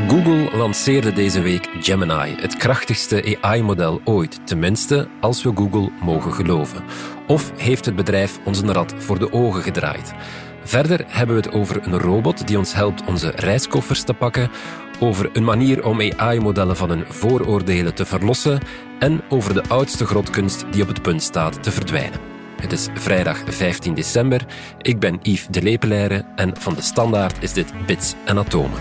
Google lanceerde deze week Gemini, het krachtigste AI-model ooit. Tenminste, als we Google mogen geloven. Of heeft het bedrijf ons een rad voor de ogen gedraaid? Verder hebben we het over een robot die ons helpt onze reiskoffers te pakken, over een manier om AI-modellen van hun vooroordelen te verlossen en over de oudste grotkunst die op het punt staat te verdwijnen. Het is vrijdag 15 december. Ik ben Yves de Lepelaere en van De Standaard is dit Bits en Atomen.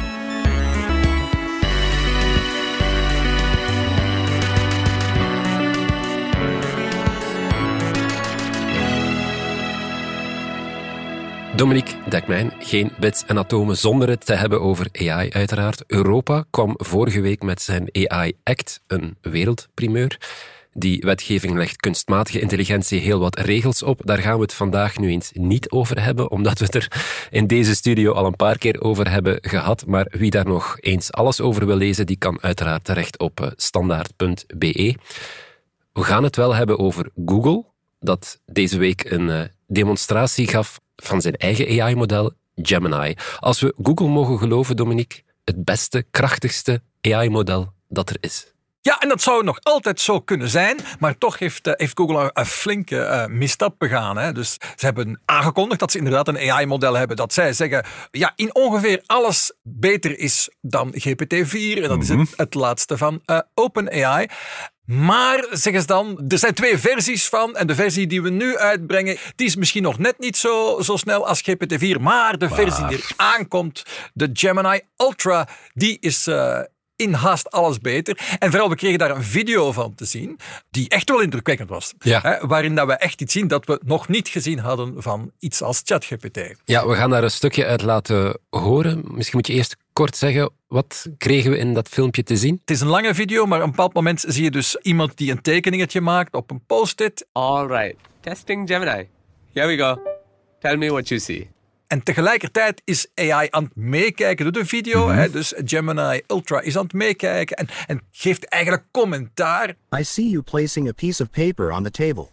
Dominique Dekmijn, geen bits en atomen zonder het te hebben over AI uiteraard. Europa kwam vorige week met zijn AI Act, een wereldprimeur. Die wetgeving legt kunstmatige intelligentie heel wat regels op. Daar gaan we het vandaag nu eens niet over hebben, omdat we het er in deze studio al een paar keer over hebben gehad. Maar wie daar nog eens alles over wil lezen, die kan uiteraard terecht op standaard.be. We gaan het wel hebben over Google, dat deze week een demonstratie gaf van zijn eigen AI-model, Gemini. Als we Google mogen geloven, Dominique, het beste, krachtigste AI-model dat er is. Ja, en dat zou nog altijd zo kunnen zijn, maar toch heeft Google een flinke misstap begaan. Hè. Dus ze hebben aangekondigd dat ze inderdaad een AI-model hebben, dat zij zeggen, ja, in ongeveer alles beter is dan GPT-4, en dat is het laatste van OpenAI. Maar, zeggen ze dan, er zijn 2 versies van en de versie die we nu uitbrengen, die is misschien nog net niet zo snel als GPT-4, maar de versie die er aankomt, de Gemini Ultra, die is in haast alles beter. En vooral, we kregen daar een video van te zien, die echt wel indrukwekkend was. Ja. Hè, waarin dat we echt iets zien dat we nog niet gezien hadden van iets als ChatGPT. Ja, we gaan daar een stukje uit laten horen. Misschien moet je eerst kort zeggen, wat kregen we in dat filmpje te zien? Het is een lange video, maar op een bepaald moment zie je dus iemand die een tekeningetje maakt op een post-it. All right, testing Gemini. Here we go. Tell me what you see. En tegelijkertijd is AI aan het meekijken door de video. Hè, dus Gemini Ultra is aan het meekijken en geeft eigenlijk commentaar. I see you placing a piece of paper on the table.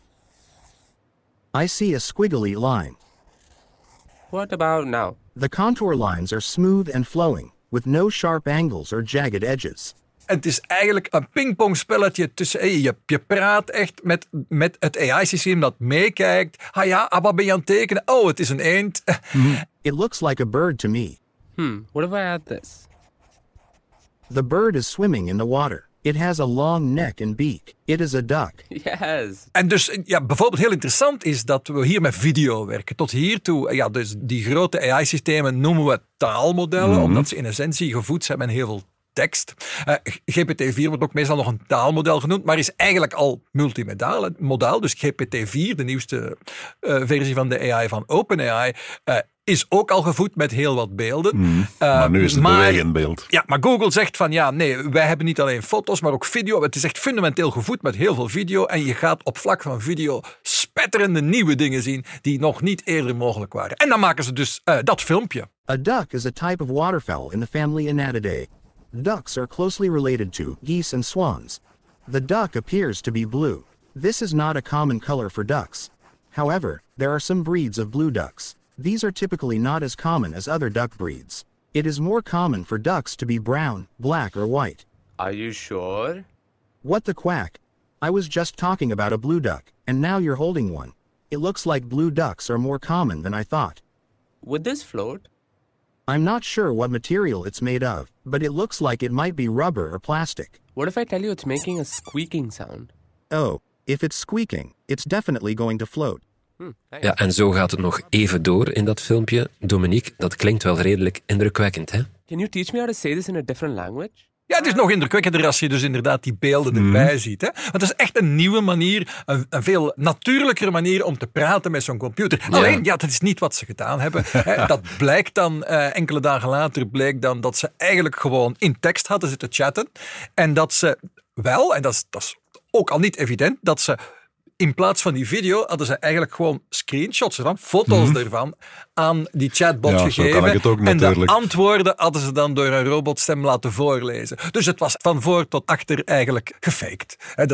I see a squiggly line. What about now? The contour lines are smooth and flowing, with no sharp angles or jagged edges. En het is eigenlijk een pingpongspelletje tussen... Je praat echt met het AI-systeem dat meekijkt. Ah ja, wat ben je aan het tekenen? Oh, het is een eend. It looks like a bird to me. What if I add this? The bird is swimming in the water. It has a long neck and beak. It is a duck. Yes. En dus, ja, bijvoorbeeld heel interessant is dat we hier met video werken. Tot hiertoe, ja, dus die grote AI-systemen noemen we taalmodellen, omdat ze in essentie gevoed zijn met heel veel tekst. GPT-4 wordt ook meestal nog een taalmodel genoemd, maar is eigenlijk al multimodaal. Dus GPT-4, de nieuwste versie van de AI van OpenAI, is ook al gevoed met heel wat beelden. Maar nu is het bewegend beeld. Ja, maar Google zegt van ja, nee, wij hebben niet alleen foto's, maar ook video. Het is echt fundamenteel gevoed met heel veel video en je gaat op vlak van video spetterende nieuwe dingen zien die nog niet eerder mogelijk waren. En dan maken ze dus dat filmpje. A duck is a type of waterfowl in the family Anatidae. Ducks are closely related to geese and swans. The duck appears to be blue. This is not a common color for ducks. However, there are some breeds of blue ducks. These are typically not as common as other duck breeds. It is more common for ducks to be brown, black, or white. Are you sure? What the quack? I was just talking about a blue duck, and now you're holding one. It looks like blue ducks are more common than I thought. Would this float? I'm not sure what material it's made of, but it looks like it might be rubber or plastic. What if I tell you it's making a squeaking sound? Oh, if it's squeaking, it's definitely going to float. Ja, en zo gaat het nog even door in dat filmpje. Dominique, dat klinkt wel redelijk indrukwekkend, hè? Can you teach me how to say this in a different language? Ja, het is nog indrukwekkender als je dus inderdaad die beelden erbij ziet. Hè? Want het is echt een nieuwe manier, een veel natuurlijkere manier om te praten met zo'n computer. Alleen, ja, dat is niet wat ze gedaan hebben. Hè? Dat blijkt dan, enkele dagen later bleek dan dat ze eigenlijk gewoon in tekst hadden zitten chatten. En dat ze wel, en dat is ook al niet evident, dat ze in plaats van die video hadden ze eigenlijk gewoon screenshots ervan, foto's ervan, aan die chatbot Ja, zo gegeven. kan ik het ook en de natuurlijk. antwoorden hadden ze dan door een robotstem laten voorlezen. Dus het was van voor tot achter eigenlijk gefaked.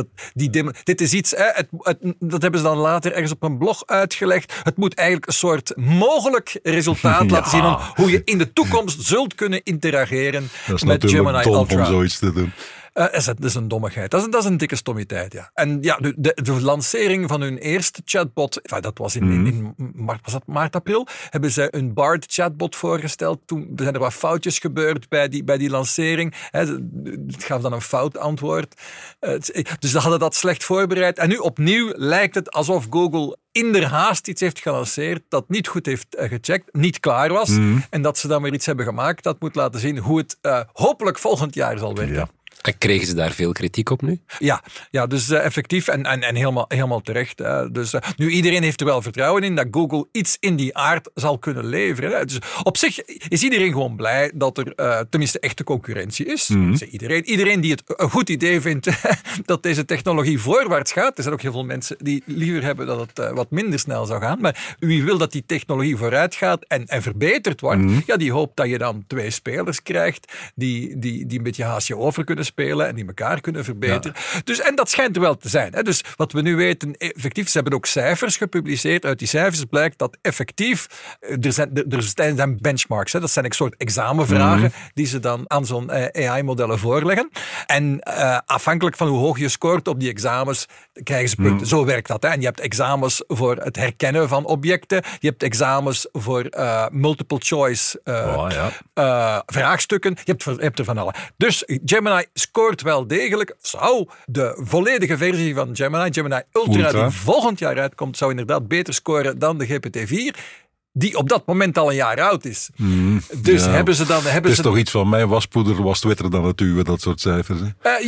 Dit is iets, dat hebben ze dan later ergens op een blog uitgelegd. Het moet eigenlijk een soort mogelijk resultaat laten zien van hoe je in de toekomst zult kunnen interageren Dat is met Gemini natuurlijk dom Ultra. om zoiets te doen. Dat is een dommigheid. Dat is een dikke stommiteit, ja. En ja, de lancering van hun eerste chatbot, dat was in maart, april, hebben ze een Bard chatbot voorgesteld. Toen zijn er wat foutjes gebeurd bij die lancering. Het gaf dan een fout antwoord. Dus ze hadden dat slecht voorbereid. En nu opnieuw lijkt het alsof Google inderhaast iets heeft gelanceerd dat niet goed heeft gecheckt, niet klaar was. En dat ze dan weer iets hebben gemaakt dat moet laten zien hoe het hopelijk volgend jaar zal werken. Ja. En kregen ze daar veel kritiek op nu? Ja, dus effectief en helemaal terecht. Dus nu, iedereen heeft er wel vertrouwen in dat Google iets in die aard zal kunnen leveren. Dus op zich is iedereen gewoon blij dat er tenminste echte concurrentie is. Iedereen die het een goed idee vindt dat deze technologie voorwaarts gaat. Er zijn ook heel veel mensen die liever hebben dat het wat minder snel zou gaan. Maar wie wil dat die technologie vooruit gaat en verbeterd wordt, die hoopt dat je dan 2 spelers krijgt die een beetje haasje over kunnen spelen en die elkaar kunnen verbeteren. Ja. Dus, en dat schijnt er wel te zijn. Hè. Dus wat we nu weten, effectief, ze hebben ook cijfers gepubliceerd. Uit die cijfers blijkt dat effectief, er zijn benchmarks. Hè. Dat zijn een soort examenvragen die ze dan aan zo'n AI-modellen voorleggen. En afhankelijk van hoe hoog je scoort op die examens, krijgen ze punten. Zo werkt dat. Hè. En je hebt examens voor het herkennen van objecten. Je hebt examens voor multiple choice vraagstukken. Je hebt er van alle. Dus Gemini scoort wel degelijk, zou de volledige versie van Gemini Ultra, die volgend jaar uitkomt, zou inderdaad beter scoren dan de GPT-4, die op dat moment al een jaar oud is. Dus hebben ze dan... Het is toch iets van mijn waspoeder was Twitter dan het uwe, dat soort cijfers.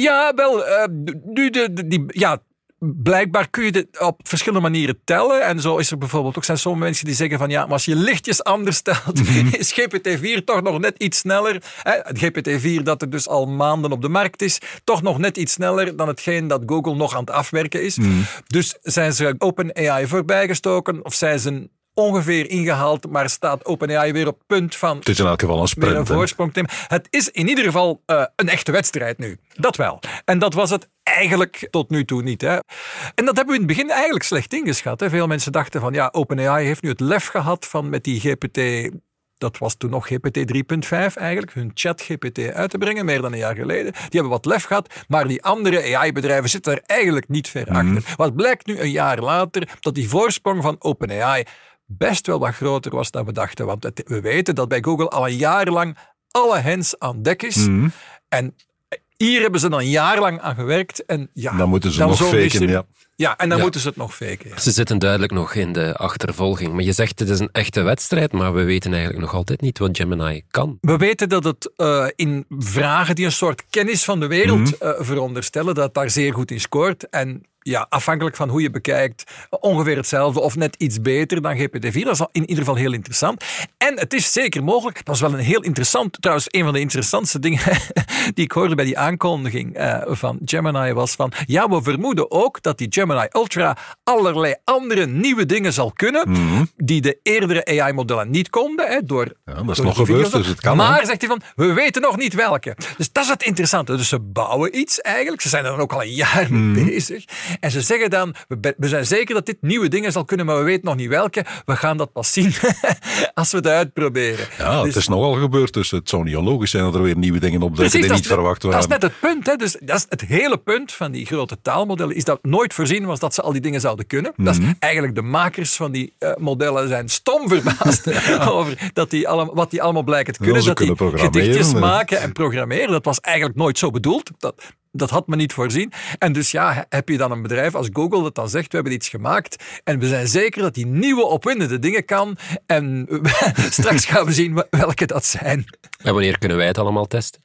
Blijkbaar kun je dit op verschillende manieren tellen. En zo is er bijvoorbeeld ook zijn sommige mensen die zeggen van maar als je lichtjes anders stelt, is GPT-4 toch nog net iets sneller. Het GPT-4 dat er dus al maanden op de markt is, toch nog net iets sneller dan hetgeen dat Google nog aan het afwerken is. Dus zijn ze OpenAI voorbijgestoken of zijn ze ongeveer ingehaald, maar staat OpenAI weer op het punt van het is in elk geval een sprint, een voorsprong te nemen. Het is in ieder geval een echte wedstrijd nu. Dat wel. En dat was het eigenlijk tot nu toe niet. Hè. En dat hebben we in het begin eigenlijk slecht ingeschat. Hè. Veel mensen dachten van OpenAI heeft nu het lef gehad van met die GPT... Dat was toen nog GPT 3.5 eigenlijk, hun chat-GPT uit te brengen, meer dan een jaar geleden. Die hebben wat lef gehad, maar die andere AI-bedrijven zitten er eigenlijk niet ver achter. Wat blijkt nu een jaar later, dat die voorsprong van OpenAI best wel wat groter was dan we dachten. Want we weten dat bij Google al een jaar lang alle hens aan dek is. En hier hebben ze dan een jaar lang aan gewerkt. En dan moeten ze nog faken, en dan moeten ze het nog faken. Ja. Ze zitten duidelijk nog in de achtervolging. Maar je zegt het is een echte wedstrijd, maar we weten eigenlijk nog altijd niet wat Gemini kan. We weten dat het in vragen die een soort kennis van de wereld veronderstellen, dat het daar zeer goed in scoort. En afhankelijk van hoe je bekijkt, ongeveer hetzelfde of net iets beter dan GPT-4. Dat is in ieder geval heel interessant. En het is zeker mogelijk, dat was wel een heel interessant, trouwens een van de interessantste dingen die ik hoorde bij die aankondiging van Gemini was van, we vermoeden ook dat die Gemini Ultra allerlei andere nieuwe dingen zal kunnen, die de eerdere AI-modellen niet konden. Dat is nog gebeurd, dus het kan. Maar, zegt hij van, we weten nog niet welke. Dus dat is het interessante. Dus ze bouwen iets eigenlijk. Ze zijn er dan ook al een jaar mee bezig. En ze zeggen dan, we zijn zeker dat dit nieuwe dingen zal kunnen, maar we weten nog niet welke. We gaan dat pas zien als we het uitproberen. Ja, het is nogal gebeurd, dus het zou niet onlogisch zijn dat er weer nieuwe dingen opduiken die niet verwacht waren. Dat is net het punt. Hè. Dus dat is het hele punt van die grote taalmodellen, is dat nooit voorzien was dat ze al die dingen zouden kunnen. Dat is eigenlijk de makers van die modellen zijn stom verbaasd over wat die allemaal blijken te kunnen. Dat die gedichtjes maken en programmeren. Dat was eigenlijk nooit zo bedoeld. Dat had men niet voorzien. En dus heb je dan een bedrijf als Google dat dan zegt, we hebben iets gemaakt en we zijn zeker dat die nieuwe opwindende dingen kan en straks gaan we zien welke dat zijn. En wanneer kunnen wij het allemaal testen?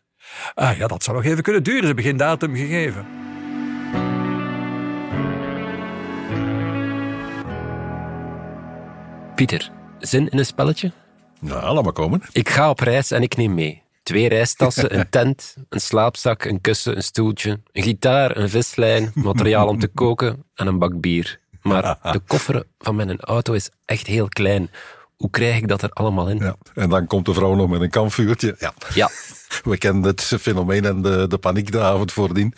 Dat zou nog even kunnen duren. Ze hebben geen datum gegeven. Pieter, zin in een spelletje? Laat maar komen. Ik ga op reis en ik neem mee 2 reistassen, een tent, een slaapzak, een kussen, een stoeltje, een gitaar, een vislijn, materiaal om te koken en een bak bier. maar de koffer van mijn auto is echt heel klein. Hoe krijg ik dat er allemaal in? Ja. En dan komt de vrouw nog met een kampvuurtje. Ja. We kennen het fenomeen en de paniek de avond voordien.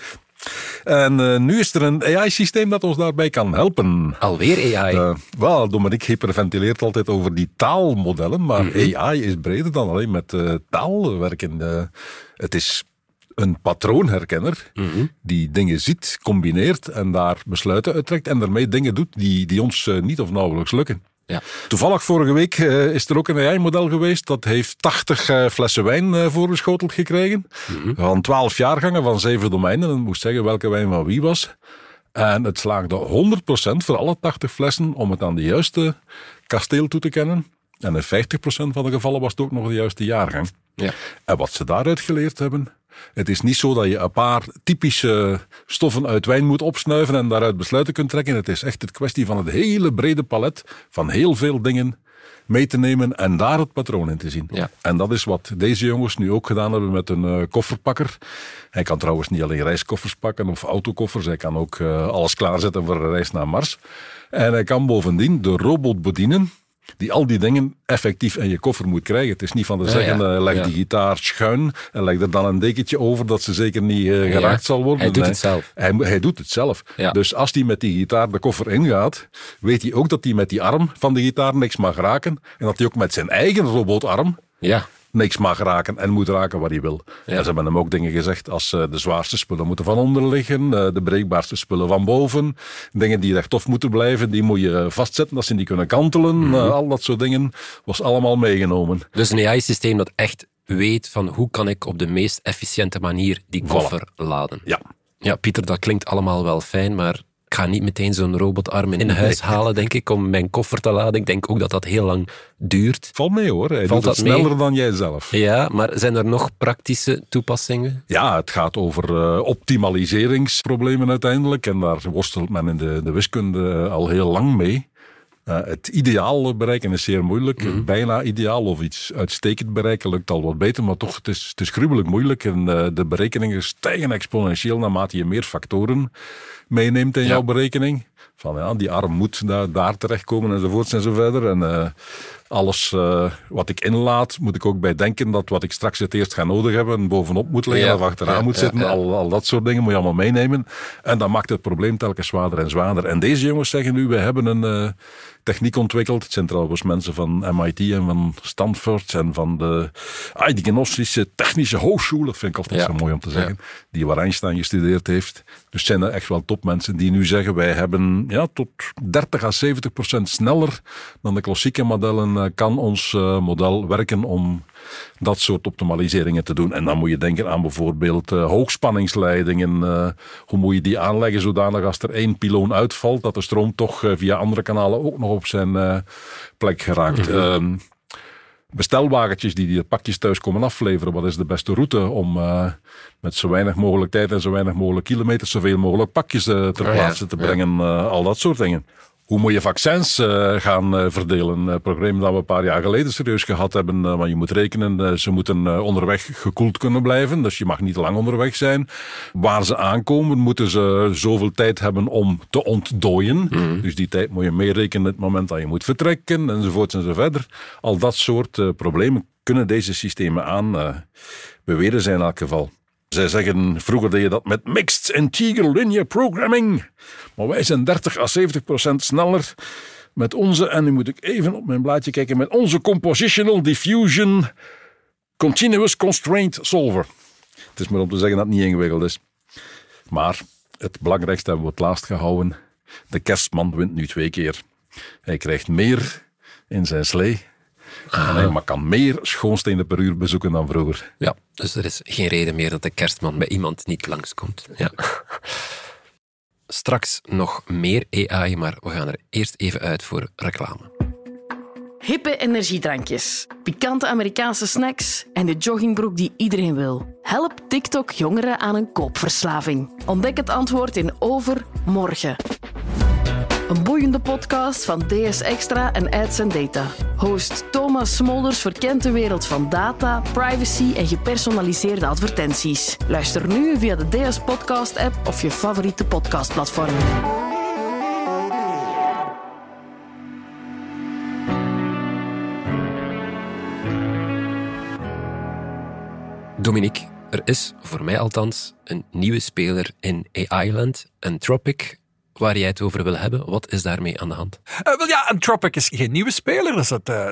En nu is er een AI-systeem dat ons daarbij kan helpen. Alweer AI? Dominique hyperventileert altijd over die taalmodellen, maar AI is breder dan alleen met taal werken. Het is een patroonherkenner die dingen ziet, combineert en daar besluiten uittrekt en daarmee dingen doet die ons niet of nauwelijks lukken. Ja. Toevallig vorige week is er ook een AI-model geweest. Dat heeft 80 flessen wijn voorgeschoteld gekregen. Van 12 jaargangen van 7 domeinen. En het moest zeggen welke wijn van wie was. En het slaagde 100% voor alle 80 flessen om het aan de juiste kasteel toe te kennen. En in 50% van de gevallen was het ook nog de juiste jaargang. Ja. En wat ze daaruit geleerd hebben... Het is niet zo dat je een paar typische stoffen uit wijn moet opsnuiven en daaruit besluiten kunt trekken. Het is echt een kwestie van het hele brede palet van heel veel dingen mee te nemen en daar het patroon in te zien. Ja. En dat is wat deze jongens nu ook gedaan hebben met een kofferpakker. Hij kan trouwens niet alleen reiskoffers pakken of autokoffers. Hij kan ook alles klaarzetten voor een reis naar Mars. En hij kan bovendien de robot bedienen die al die dingen effectief in je koffer moet krijgen. Het is niet van te zeggen, leg die gitaar schuin en leg er dan een dekentje over dat ze zeker niet geraakt zal worden. Hij doet het zelf. Hij doet het zelf. Ja. Dus als hij met die gitaar de koffer ingaat, weet hij ook dat hij met die arm van de gitaar niks mag raken en dat hij ook met zijn eigen robotarm niks mag raken en moet raken wat hij wil. Ja. En ze hebben hem ook dingen gezegd als de zwaarste spullen moeten van onder liggen, de breekbaarste spullen van boven, dingen die echt tof moeten blijven, die moet je vastzetten, dat ze niet kunnen kantelen, al dat soort dingen was allemaal meegenomen. Dus een AI-systeem dat echt weet van hoe kan ik op de meest efficiënte manier die koffer laden. Ja, Pieter, dat klinkt allemaal wel fijn, maar ik ga niet meteen zo'n robotarm in huis halen, denk ik, om mijn koffer te laden. Ik denk ook dat dat heel lang duurt. Valt mee hoor, hij doet het sneller dan jij zelf. Ja, maar zijn er nog praktische toepassingen? Ja, het gaat over optimaliseringsproblemen uiteindelijk en daar worstelt men in de wiskunde al heel lang mee. Het ideaal bereiken is zeer moeilijk. Bijna ideaal of iets uitstekend bereiken lukt al wat beter, maar toch, het is gruwelijk moeilijk. En de berekeningen stijgen exponentieel naarmate je meer factoren meeneemt in jouw berekening. Van die arm moet daar terechtkomen enzovoorts en zo verder. En alles wat ik inlaat, moet ik ook bij denken dat wat ik straks het eerst ga nodig hebben bovenop moet liggen of achteraan moet zitten. Ja. Al dat soort dingen moet je allemaal meenemen. En dat maakt het probleem telkens zwaarder en zwaarder. En deze jongens zeggen nu, we hebben een techniek ontwikkeld. Het zijn trouwens mensen van MIT en van Stanford en van de Eidgenössische Technische Hochschule. Dat vind ik altijd zo mooi om te zeggen. Die waar Einstein gestudeerd heeft. Dus zijn er echt wel topmensen die nu zeggen, wij hebben tot 30 à 70% sneller dan de klassieke modellen kan ons model werken om dat soort optimaliseringen te doen. En dan moet je denken aan bijvoorbeeld hoogspanningsleidingen. Hoe moet je die aanleggen zodanig als er 1 pyloon uitvalt, dat de stroom toch via andere kanalen ook nog op zijn plek geraakt. Bestelwagentjes die pakjes thuis komen afleveren. Wat is de beste route om met zo weinig mogelijk tijd en zo weinig mogelijk kilometers zoveel mogelijk pakjes ter plaatse te brengen. Al dat soort dingen. Hoe moet je vaccins gaan verdelen? Een probleem dat we een paar jaar geleden serieus gehad hebben. Want je moet rekenen, ze moeten onderweg gekoeld kunnen blijven. Dus je mag niet lang onderweg zijn. Waar ze aankomen, moeten ze zoveel tijd hebben om te ontdooien. Dus die tijd moet je meerekenen het moment dat je moet vertrekken. Enzovoorts en zo verder. Al dat soort problemen kunnen deze systemen aan beweren zijn in elk geval. Zij zeggen, vroeger deed je dat met Mixed Integer Linear Programming. Maar wij zijn 30 à 70% sneller met onze, en nu moet ik even op mijn blaadje kijken, met onze Compositional Diffusion Continuous Constraint Solver. Het is maar om te zeggen dat het niet ingewikkeld is. Maar het belangrijkste hebben we het laatst gehouden. De kerstman wint nu 2 keer. Hij krijgt meer in zijn slee. En hij kan meer schoonstenen per uur bezoeken dan vroeger. Ja, dus er is geen reden meer dat de kerstman bij iemand niet langskomt. Ja. Straks nog meer AI, maar we gaan er eerst even uit voor reclame. Hippe energiedrankjes, pikante Amerikaanse snacks en de joggingbroek die iedereen wil. Help TikTok jongeren aan een koopverslaving. Ontdek het antwoord in Overmorgen. Een boeiende podcast van DS Extra en Ads & Data. Host Thomas Smolders verkent de wereld van data, privacy en gepersonaliseerde advertenties. Luister nu via de DS Podcast-app of je favoriete podcastplatform. Dominique, er is, voor mij althans, een nieuwe speler in AI-land, Anthropic, waar jij het over wil hebben. Wat is daarmee aan de hand? Anthropic is geen nieuwe speler. Dat is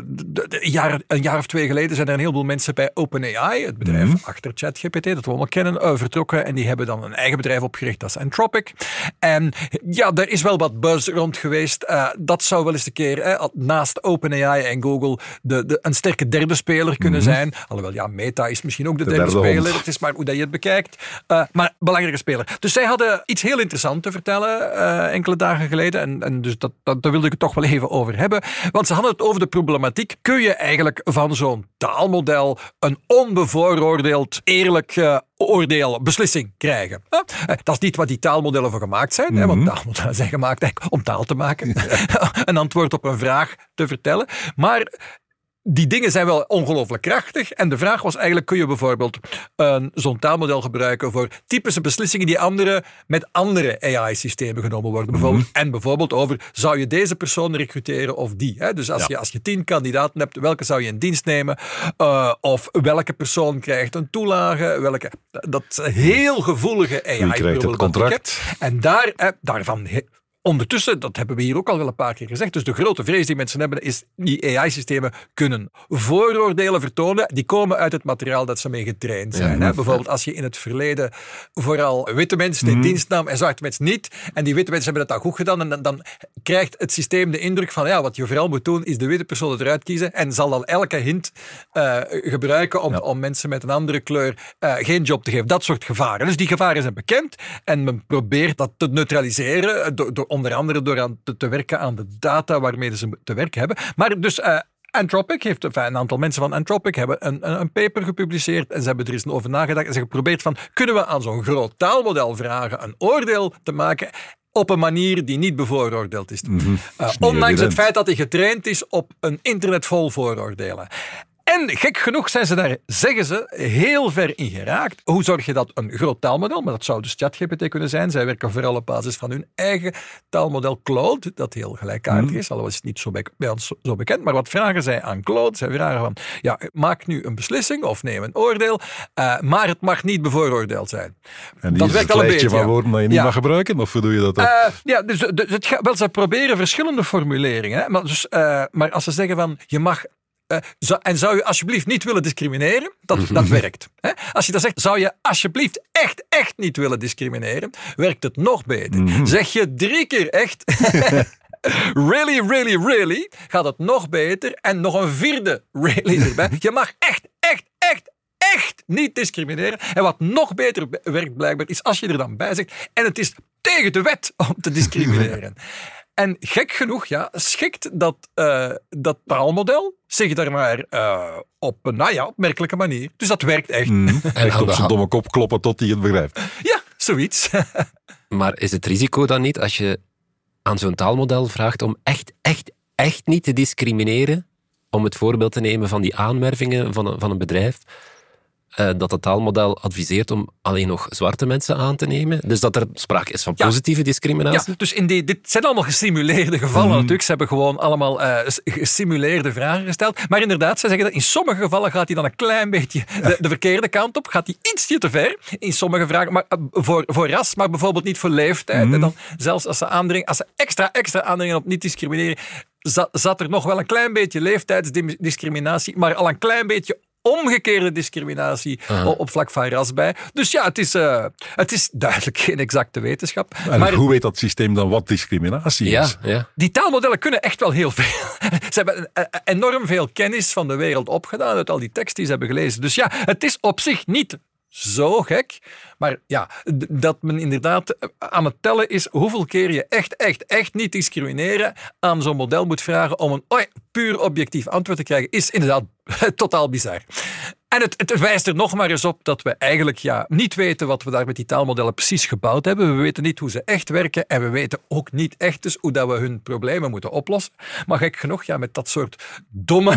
een jaar of 2 geleden zijn er een heleboel mensen bij OpenAI, het bedrijf achter ChatGPT, dat we allemaal kennen, vertrokken. En die hebben dan een eigen bedrijf opgericht, dat is Anthropic. En ja, er is wel wat buzz rond geweest. Dat zou wel eens een keer, naast OpenAI en Google, een sterke derde speler kunnen zijn. Alhoewel, Meta is misschien ook de derde speler. hond. Het is maar hoe dat je het bekijkt. Maar belangrijke speler. Dus zij hadden iets heel interessants te vertellen enkele dagen geleden. En dus daar wilde ik het toch wel even over hebben. Want ze hadden het over de problematiek. Kun je eigenlijk van zo'n taalmodel een onbevooroordeeld, eerlijk beslissing krijgen? Dat is niet wat die taalmodellen voor gemaakt zijn. Want taalmodellen zijn gemaakt eigenlijk om taal te maken. Een antwoord op een vraag te vertellen. Maar die dingen zijn wel ongelooflijk krachtig. En de vraag was eigenlijk, kun je bijvoorbeeld zo'n taalmodel gebruiken voor typische beslissingen die met andere AI-systemen genomen worden. Bijvoorbeeld over, zou je deze persoon recruteren of die? Hè? Dus als je 10 kandidaten hebt, welke zou je in dienst nemen? Of welke persoon krijgt een toelage? Dat heel gevoelige AI. Wie krijgt het contract? En daarvan... Ondertussen, dat hebben we hier ook al wel een paar keer gezegd, dus de grote vrees die mensen hebben is die AI-systemen kunnen vooroordelen vertonen, die komen uit het materiaal dat ze mee getraind zijn. Hè? Bijvoorbeeld als je in het verleden vooral witte mensen in dienst nam en zwarte mensen niet, en die witte mensen hebben dat dan goed gedaan, en dan krijgt het systeem de indruk van, wat je vooral moet doen, is de witte persoon eruit kiezen, en zal dan elke hint gebruiken om mensen met een andere kleur geen job te geven. Dat soort gevaren. Dus die gevaren zijn bekend, en men probeert dat te neutraliseren, onder andere door te werken aan de data waarmee ze te werken hebben. Maar dus Anthropic een aantal mensen van Anthropic hebben een paper gepubliceerd en ze hebben er eens over nagedacht en ze hebben geprobeerd van, kunnen we aan zo'n groot taalmodel vragen een oordeel te maken op een manier die niet bevooroordeeld is. Ondanks het feit dat hij getraind is op een internet vol vooroordelen. En gek genoeg zijn ze daar, zeggen ze, heel ver in geraakt. Hoe zorg je dat een groot taalmodel, maar dat zou dus ChatGPT kunnen zijn. Zij werken vooral op basis van hun eigen taalmodel Claude, dat heel gelijkaardig is, alhoewel is het niet bij ons zo bekend. Maar wat vragen zij aan Claude? Zij vragen van, maak nu een beslissing of neem een oordeel, maar het mag niet bevooroordeeld zijn. En dat werkt al een beetje van woorden dat je niet mag gebruiken? Of hoe doe je dat dan? Ze proberen verschillende formuleringen. Hè, maar als ze zeggen van, je mag... en zou je alsjeblieft niet willen discrimineren? Dat werkt. Hè? Als je dan zegt, zou je alsjeblieft echt niet willen discrimineren? Werkt het nog beter. Zeg je 3 keer echt... really, gaat het nog beter. En nog een 4e really erbij. Je mag echt niet discrimineren. En wat nog beter werkt blijkbaar, is als je er dan bij zegt, en het is tegen de wet om te discrimineren. En gek genoeg, schikt dat taalmodel zich daar maar op een opmerkelijke manier. Dus dat werkt echt. Echt op zijn domme kop kloppen tot hij het begrijpt. Ja, zoiets. Maar is het risico dan niet, als je aan zo'n taalmodel vraagt om echt niet te discrimineren, om het voorbeeld te nemen van die aanwervingen van een bedrijf, dat het taalmodel adviseert om alleen nog zwarte mensen aan te nemen. Dus dat er sprake is van positieve discriminatie. Ja, dus dit zijn allemaal gesimuleerde gevallen natuurlijk. Ze hebben gewoon allemaal gesimuleerde vragen gesteld. Maar inderdaad, ze zeggen dat in sommige gevallen gaat hij dan een klein beetje de verkeerde kant op. Gaat hij ietsje te ver in sommige vragen. Maar voor ras, maar bijvoorbeeld niet voor leeftijd. En dan zelfs als ze extra aandringen op niet discrimineren, zat er nog wel een klein beetje leeftijdsdiscriminatie, maar al een klein beetje omgekeerde discriminatie op vlak van ras bij. Dus ja, het is duidelijk geen exacte wetenschap. Maar hoe weet dat systeem dan wat discriminatie is? Ja. Die taalmodellen kunnen echt wel heel veel. Ze hebben enorm veel kennis van de wereld opgedaan uit al die teksten die ze hebben gelezen. Dus ja, het is op zich niet zo gek. Maar ja, dat men inderdaad aan het tellen is hoeveel keer je echt niet discrimineren aan zo'n model moet vragen om een puur objectief antwoord te krijgen, is inderdaad totaal bizar. En het wijst er nog maar eens op dat we eigenlijk niet weten wat we daar met die taalmodellen precies gebouwd hebben. We weten niet hoe ze echt werken en we weten ook niet echt dus hoe dat we hun problemen moeten oplossen. Maar gek genoeg, met dat soort domme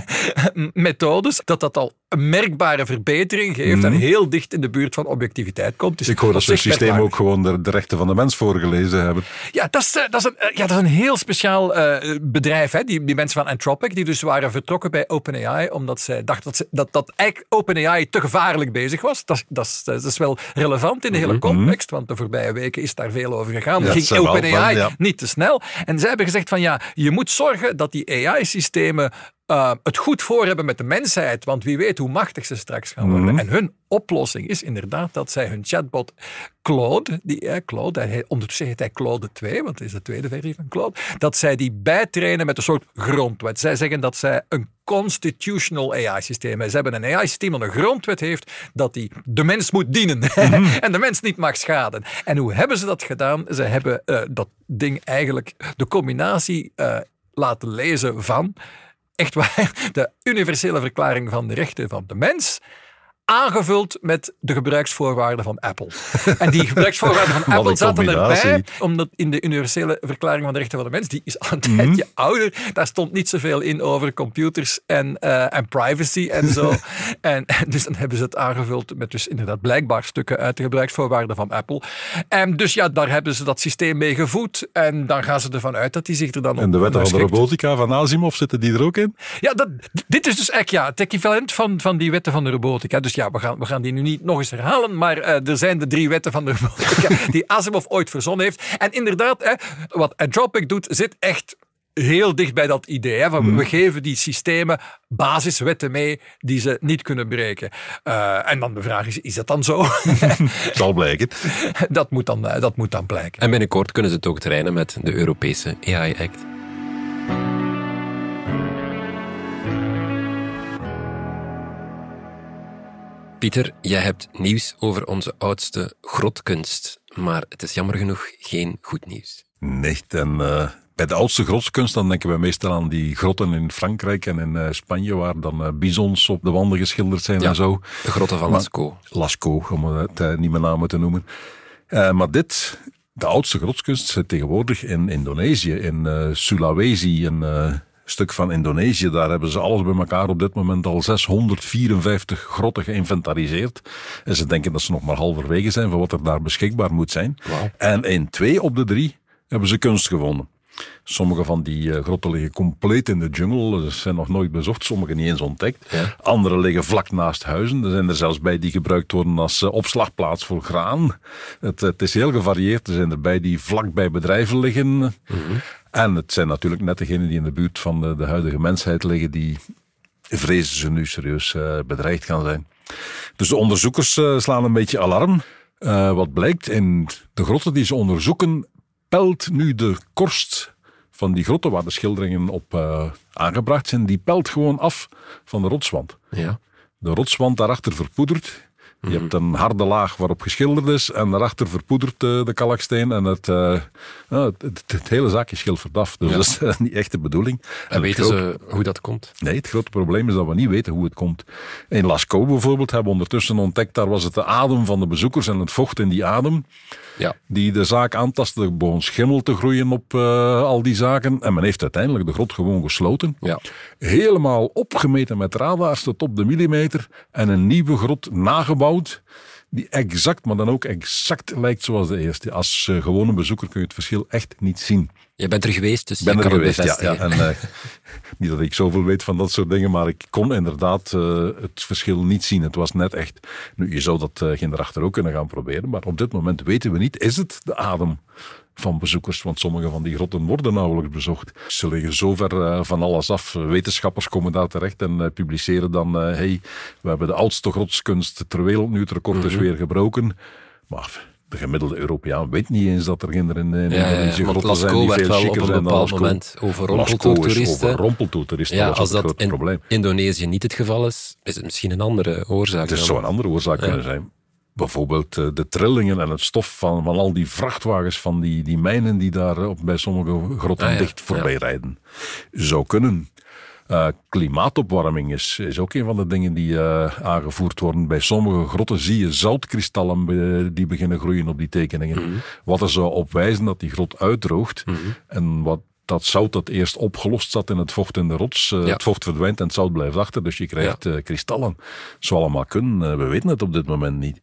methodes, dat al een merkbare verbetering geeft en heel dicht in de buurt van objectiviteit komt. Dus ik hoor dat ze het systeem ook gewoon de rechten van de mens voorgelezen hebben. Ja, dat is een heel speciaal bedrijf. Hè? Die mensen van Anthropic, die dus waren vertrokken bij OpenAI, omdat zij dachten dat eigenlijk OpenAI te gevaarlijk bezig was. Dat is wel relevant in de hele context, want de voorbije weken is daar veel over gegaan. Ja, Ging OpenAI niet te snel. En zij hebben gezegd van je moet zorgen dat die AI-systemen het goed voor hebben met de mensheid, want wie weet hoe machtig ze straks gaan worden. En hun oplossing is inderdaad dat zij hun chatbot Claude, ondertussen heet hij Claude 2, want het is de tweede versie van Claude, dat zij die bijtrainen met een soort grondwet. Zij zeggen dat zij een constitutional AI-systeem hebben. Ze hebben een AI-systeem dat een grondwet heeft dat die de mens moet dienen en de mens niet mag schaden. En hoe hebben ze dat gedaan? Ze hebben dat ding eigenlijk de combinatie laten lezen van echt waar, de universele verklaring van de rechten van de mens, aangevuld met de gebruiksvoorwaarden van Apple. En die gebruiksvoorwaarden van Apple zaten erbij, omdat in de universele verklaring van de rechten van de mens, die is al een tijdje ouder, daar stond niet zoveel in over computers en privacy en zo. En dus dan hebben ze het aangevuld met dus inderdaad blijkbaar stukken uit de gebruiksvoorwaarden van Apple. En dus daar hebben ze dat systeem mee gevoed en dan gaan ze ervan uit dat die zich er dan op. En de wetten van de robotica van Asimov, zitten die er ook in? Ja, dit is dus eigenlijk het equivalent van die wetten van de robotica. Dus ja, we gaan die nu niet nog eens herhalen, maar er zijn de 3 wetten van de robotica die Asimov ooit verzonnen heeft. En inderdaad, wat Anthropic doet, zit echt heel dicht bij dat idee. Hè, van we geven die systemen basiswetten mee die ze niet kunnen breken. En dan de vraag is dat dan zo? Zal blijken. Dat moet dan blijken. En binnenkort kunnen ze het ook trainen met de Europese AI Act. Pieter, jij hebt nieuws over onze oudste grotkunst, maar het is jammer genoeg geen goed nieuws. Nee, en bij de oudste grotskunst dan denken we meestal aan die grotten in Frankrijk en in Spanje, waar dan bizons op de wanden geschilderd zijn en zo. De grotten van Lascaux. Lascaux, om het niet meer namen te noemen. Maar de oudste grotskunst zit tegenwoordig in Indonesië, in Sulawesi, een stuk van Indonesië. Daar hebben ze alles bij elkaar op dit moment al 654 grotten geïnventariseerd. En ze denken dat ze nog maar halverwege zijn van wat er daar beschikbaar moet zijn. Wow. En in 2 op de 3 hebben ze kunst gevonden. Sommige van die grotten liggen compleet in de jungle. Ze zijn nog nooit bezocht, sommige niet eens ontdekt. Ja. Andere liggen vlak naast huizen. Er zijn er zelfs bij die gebruikt worden als opslagplaats voor graan. Het is heel gevarieerd. Er zijn er bij die vlak bij bedrijven liggen. En het zijn natuurlijk net degenen die in de buurt van de huidige mensheid liggen, die vrezen ze nu serieus bedreigd gaan zijn. Dus de onderzoekers slaan een beetje alarm. Wat blijkt, in de grotten die ze onderzoeken, pelt nu de korst van die grotten waar de schilderingen op aangebracht zijn, die pelt gewoon af van de rotswand. Ja. De rotswand daarachter verpoedert. Je hebt een harde laag waarop geschilderd is en daarachter verpoedert de kalksteen en het hele zaakje schildert af. Dus dat is niet echt de bedoeling. En weten ze hoe dat komt? Nee, het grote probleem is dat we niet weten hoe het komt. In Lascaux bijvoorbeeld hebben we ondertussen ontdekt, daar was het de adem van de bezoekers en het vocht in die adem die de zaak aantastte. Er begon schimmel te groeien op al die zaken en men heeft uiteindelijk de grot gewoon gesloten. Ja. Helemaal opgemeten met radars tot op de millimeter en een nieuwe grot nagebouwd die exact, maar dan ook exact lijkt zoals de eerste. Als gewone bezoeker kun je het verschil echt niet zien. Je bent er geweest, dus je kan het bevestigen. Ja. En, niet dat ik zoveel weet van dat soort dingen, maar ik kon inderdaad het verschil niet zien. Het was net echt. Nu, je zou dat geen daarachter ook kunnen gaan proberen, maar op dit moment weten we niet, is het de adem van bezoekers, want sommige van die grotten worden nauwelijks bezocht. Ze liggen zo ver van alles af. Wetenschappers komen daar terecht en publiceren dan, we hebben de oudste grotskunst ter wereld nu, het record is weer gebroken. Maar de gemiddelde Europeaan weet niet eens dat er geen Indonesische grotten zijn die veel chiquer zijn dan Lascaux. Moment overrompeld door toeristen. Overrompeld door toeristen, dat is het grote probleem. Als dat in Indonesië niet het geval is het misschien een andere oorzaak. Het zou een andere oorzaak kunnen zijn. Bijvoorbeeld de trillingen en het stof van al die vrachtwagens van die mijnen die daar bij sommige grotten dicht voorbij rijden. Zou kunnen. Klimaatopwarming is ook een van de dingen die aangevoerd worden. Bij sommige grotten zie je zoutkristallen die beginnen groeien op die tekeningen. Wat er zou op wijzen dat die grot uitdroogt. En wat dat zout dat eerst opgelost zat in het vocht in de rots. Het vocht verdwijnt en het zout blijft achter. Dus je krijgt kristallen. Zou allemaal kunnen. We weten het op dit moment niet.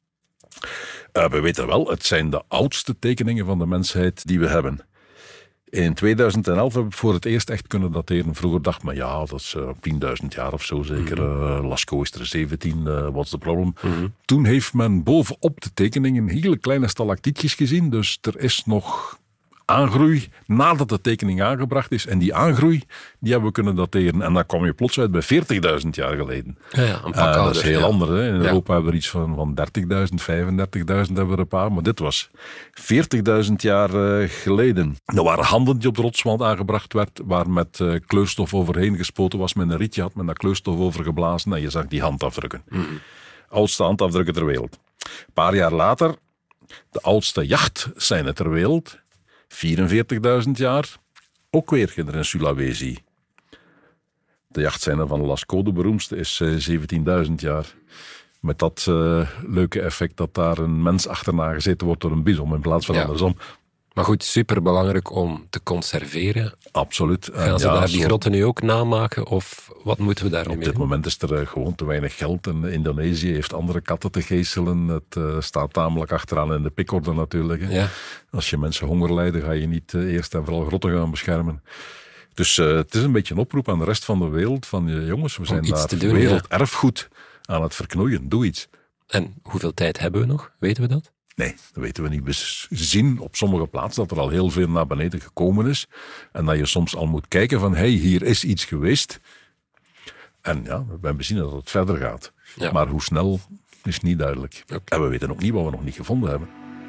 We weten wel, het zijn de oudste tekeningen van de mensheid die we hebben. In 2011 heb ik voor het eerst echt kunnen dateren. Vroeger dacht men, ja, dat is 10.000 jaar of zo zeker. Lascaux is er 17, what's the problem? Toen heeft men bovenop de tekeningen hele kleine stalactietjes gezien. Dus er is nog aangroei nadat de tekening aangebracht is. En die aangroei, die hebben we kunnen dateren. En dan kwam je plots uit bij 40.000 jaar geleden. Ja, een pak ouder. Dat is heel anders. Hè. In Europa hebben we er iets van 30.000, 35.000 hebben we er een paar. Maar dit was 40.000 jaar geleden. Er waren handen die op de rotswand aangebracht werd, waar met kleurstof overheen gespoten was. Met een rietje had men daar kleurstof over geblazen en je zag die handafdrukken. Oudste handafdrukken ter wereld. Een paar jaar later, de oudste jachtscène ter wereld, 44.000 jaar, ook weer in Sulawesi. De jachtscène van Lascaux, de beroemdste, is 17.000 jaar. Met dat leuke effect dat daar een mens achterna gezeten wordt door een bison in plaats van andersom. Maar goed, superbelangrijk om te conserveren. Absoluut. Gaan ze daar die grotten nu ook namaken? Of wat moeten we daar nu mee doen? Op dit moment is er gewoon te weinig geld. En Indonesië heeft andere katten te geeselen. Het staat tamelijk achteraan in de pikorde natuurlijk. Hè. Ja. Als je mensen honger lijden, ga je niet eerst en vooral grotten gaan beschermen. Dus het is een beetje een oproep aan de rest van de wereld. Van jongens, we zijn daar werelderfgoed aan het verknoeien. Doe iets. En hoeveel tijd hebben we nog? Weten we dat? Nee, dat weten we niet. We zien op sommige plaatsen dat er al heel veel naar beneden gekomen is. En dat je soms al moet kijken van, hier is iets geweest. En ja, we hebben zien dat het verder gaat. Ja. Maar hoe snel is niet duidelijk. Okay. En we weten ook niet wat we nog niet gevonden hebben.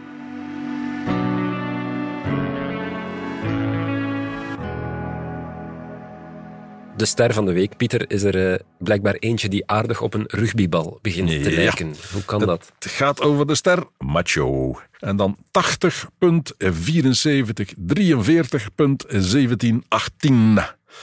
De ster van de week, Pieter, is er blijkbaar eentje die aardig op een rugbybal begint te lijken. Hoe kan dat? Het gaat over de ster Macho. En dan 80.74, 43.1718.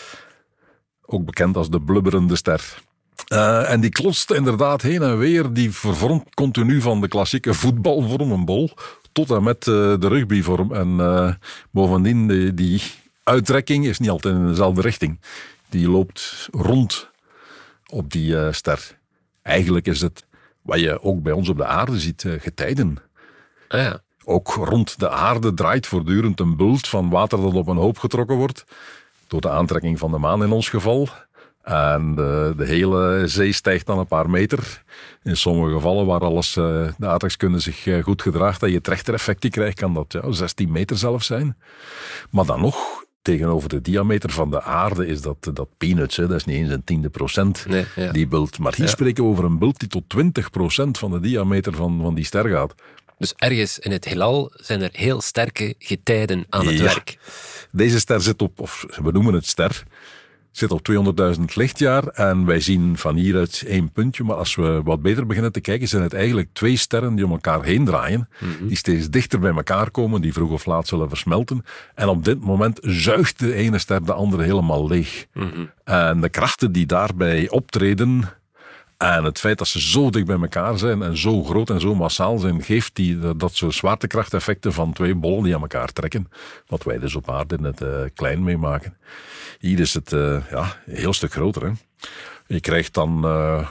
Ook bekend als de blubberende ster. En die klotst inderdaad heen en weer. Die vervormt continu van de klassieke voetbalvorm, een bol, tot en met de rugbyvorm. En bovendien, die uittrekking is niet altijd in dezelfde richting. Die loopt rond op die ster. Eigenlijk is het wat je ook bij ons op de aarde ziet, getijden. Ja. Ook rond de aarde draait voortdurend een bult van water dat op een hoop getrokken wordt. Door de aantrekking van de maan in ons geval. En de hele zee stijgt dan een paar meter. In sommige gevallen waar alles, de aardrijkskunde zich goed gedraagt, dat je trechtereffecten krijgt, kan dat 16 meter zelfs zijn. Maar dan nog, tegenover de diameter van de aarde is dat peanuts. Hè. Dat is niet eens een 10%, die bult. Maar hier spreken we over een bult die tot 20% van de diameter van die ster gaat. Dus ergens in het heelal zijn er heel sterke getijden aan het werk. Deze ster zit op, of we noemen het ster, zit op 200.000 lichtjaar en wij zien van hieruit 1 puntje. Maar als we wat beter beginnen te kijken, zijn het eigenlijk 2 sterren die om elkaar heen draaien. Die steeds dichter bij elkaar komen, die vroeg of laat zullen versmelten. En op dit moment zuigt de ene ster de andere helemaal leeg. En de krachten die daarbij optreden en het feit dat ze zo dicht bij elkaar zijn en zo groot en zo massaal zijn, geeft dat soort zwaartekrachteffecten van 2 bollen die aan elkaar trekken. Wat wij dus op aarde in het klein meemaken. Hier is het een heel stuk groter. Hè. Je krijgt dan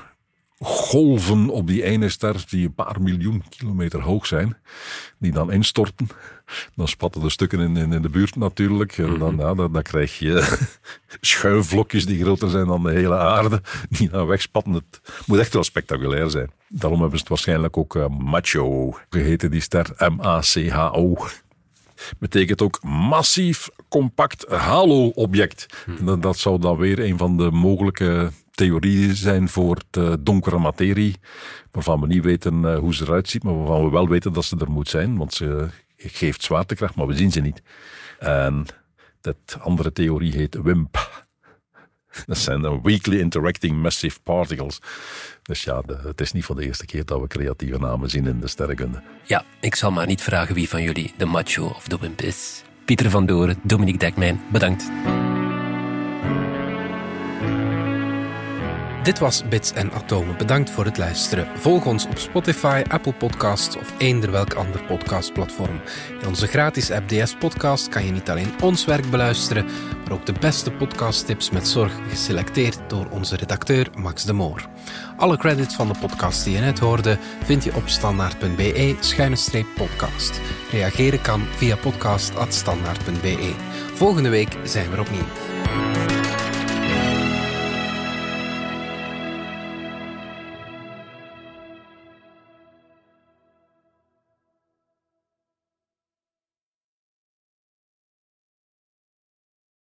golven op die ene ster die een paar miljoen kilometer hoog zijn. Die dan instorten. Dan spatten de stukken in de buurt natuurlijk. En dan krijg je schuimvlokjes die groter zijn dan de hele aarde. Die dan wegspatten. Het moet echt wel spectaculair zijn. Daarom hebben ze het waarschijnlijk ook Macho geheten, die ster. M-A-C-H-O. Betekent ook massief, compact halo-object. Dat zou dan weer een van de mogelijke theorieën zijn voor de donkere materie, waarvan we niet weten hoe ze eruit ziet, maar waarvan we wel weten dat ze er moet zijn, want ze geeft zwaartekracht, maar we zien ze niet. En dat andere theorie heet WIMP. Dat zijn de Weakly Interacting Massive Particles. Dus ja, het is niet voor de eerste keer dat we creatieve namen zien in de sterrenkunde. Ja, ik zal maar niet vragen wie van jullie de Macho of de WIMP is. Pieter van Doren, Dominique Dekmijn, bedankt. Dit was Bits en Atomen. Bedankt voor het luisteren. Volg ons op Spotify, Apple Podcasts of eender welk ander podcastplatform. In onze gratis app DS Podcast kan je niet alleen ons werk beluisteren, maar ook de beste podcasttips met zorg geselecteerd door onze redacteur Max de Moor. Alle credits van de podcast die je net hoorde vind je op standaard.be/podcast. Reageren kan via podcast@standaard.be. Volgende week zijn we er opnieuw.